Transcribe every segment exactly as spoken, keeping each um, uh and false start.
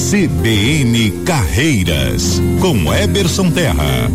C B N Carreiras, com Eberson Terra.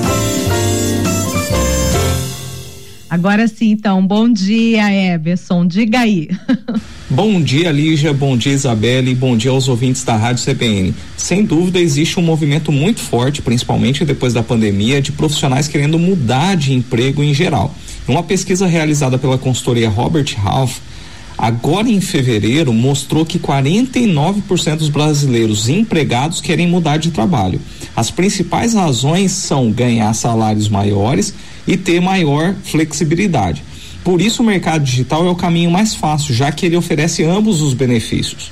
Agora sim, então, bom dia, Eberson, diga aí. Bom dia, Lígia, bom dia, Isabelle, e bom dia aos ouvintes da Rádio C B N. Sem dúvida, existe um movimento muito forte, principalmente depois da pandemia, de profissionais querendo mudar de emprego em geral. Uma pesquisa realizada pela consultoria Robert Half, agora em fevereiro, mostrou que quarenta e nove por cento dos brasileiros empregados querem mudar de trabalho. As principais razões são ganhar salários maiores e ter maior flexibilidade. Por isso o mercado digital é o caminho mais fácil, já que ele oferece ambos os benefícios.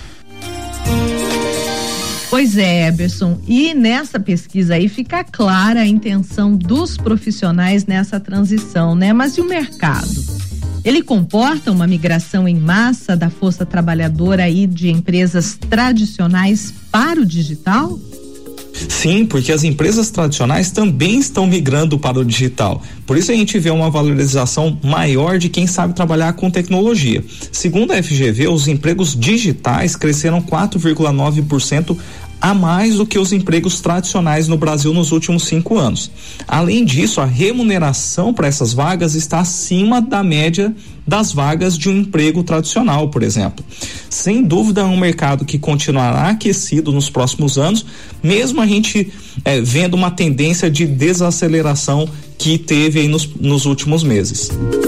Pois é, Eberson, e nessa pesquisa aí fica clara a intenção dos profissionais nessa transição, né? Mas e o mercado? Ele comporta uma migração em massa da força trabalhadora aí de empresas tradicionais para o digital? Sim, porque as empresas tradicionais também estão migrando para o digital. Por isso a gente vê uma valorização maior de quem sabe trabalhar com tecnologia. Segundo a F G V, os empregos digitais cresceram quatro vírgula nove por cento a mais do que os empregos tradicionais no Brasil nos últimos cinco anos. Além disso, a remuneração para essas vagas está acima da média das vagas de um emprego tradicional, por exemplo. Sem dúvida, é um mercado que continuará aquecido nos próximos anos, mesmo a gente eh, vendo uma tendência de desaceleração que teve aí nos, nos últimos meses.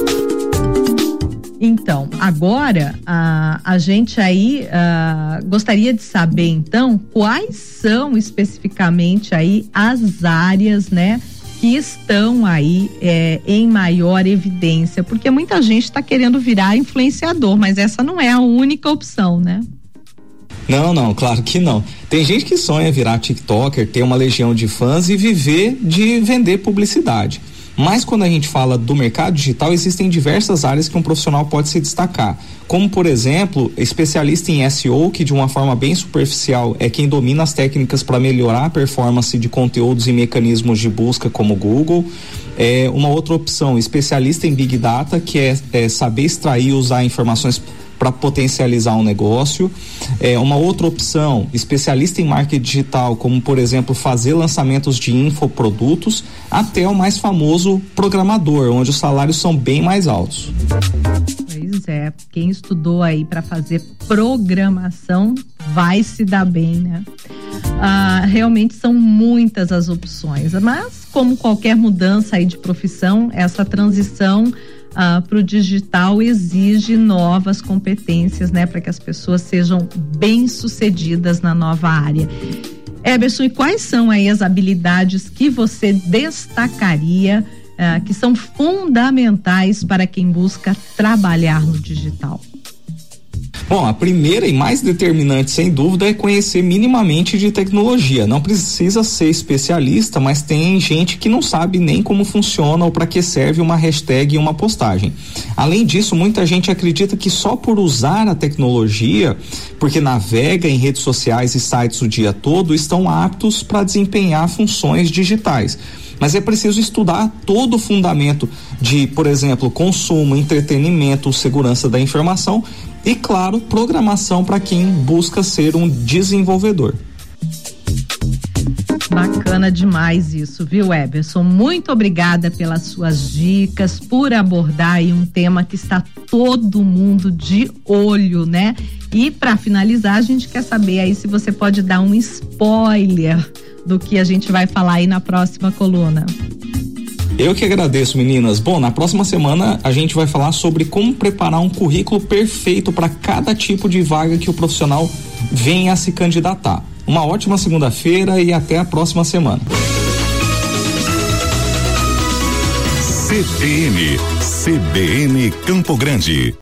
Então, agora a, a gente aí a, gostaria de saber então quais são especificamente aí as áreas, né, que estão aí é, em maior evidência, porque muita gente está querendo virar influenciador, mas essa não é a única opção, né? Não, não, claro que não. Tem gente que sonha virar TikToker, ter uma legião de fãs e viver de vender publicidade. Mas quando a gente fala do mercado digital, existem diversas áreas que um profissional pode se destacar, como por exemplo, especialista em S E O, que de uma forma bem superficial é quem domina as técnicas para melhorar a performance de conteúdos e mecanismos de busca como o Google. É uma outra opção, especialista em Big Data, que é, é saber extrair e usar informações para potencializar um negócio. É uma outra opção, especialista em marketing digital, como por exemplo fazer lançamentos de infoprodutos, até o mais famoso programador, onde os salários são bem mais altos. Pois é, quem estudou aí para fazer programação vai se dar bem, né? Ah, realmente são muitas as opções, mas como qualquer mudança aí de profissão, essa transição Uh, para o digital exige novas competências, né, para que as pessoas sejam bem-sucedidas na nova área. Eberson, e quais são aí as habilidades que você destacaria uh, que são fundamentais para quem busca trabalhar no digital? Bom, a primeira e mais determinante, sem dúvida, é conhecer minimamente de tecnologia. Não precisa ser especialista, mas tem gente que não sabe nem como funciona ou para que serve uma hashtag e uma postagem. Além disso, muita gente acredita que só por usar a tecnologia, porque navega em redes sociais e sites o dia todo, estão aptos para desempenhar funções digitais. Mas é preciso estudar todo o fundamento de, por exemplo, consumo, entretenimento, segurança da informação e, claro, programação para quem busca ser um desenvolvedor. Bacana demais isso, viu, Eberson? Muito obrigada pelas suas dicas, por abordar aí um tema que está todo mundo de olho, né? E para finalizar, a gente quer saber aí se você pode dar um spoiler do que a gente vai falar aí na próxima coluna. Eu que agradeço, meninas. Bom, na próxima semana a gente vai falar sobre como preparar um currículo perfeito para cada tipo de vaga que o profissional venha a se candidatar. Uma ótima segunda-feira e até a próxima semana. C B N, C B N Campo Grande.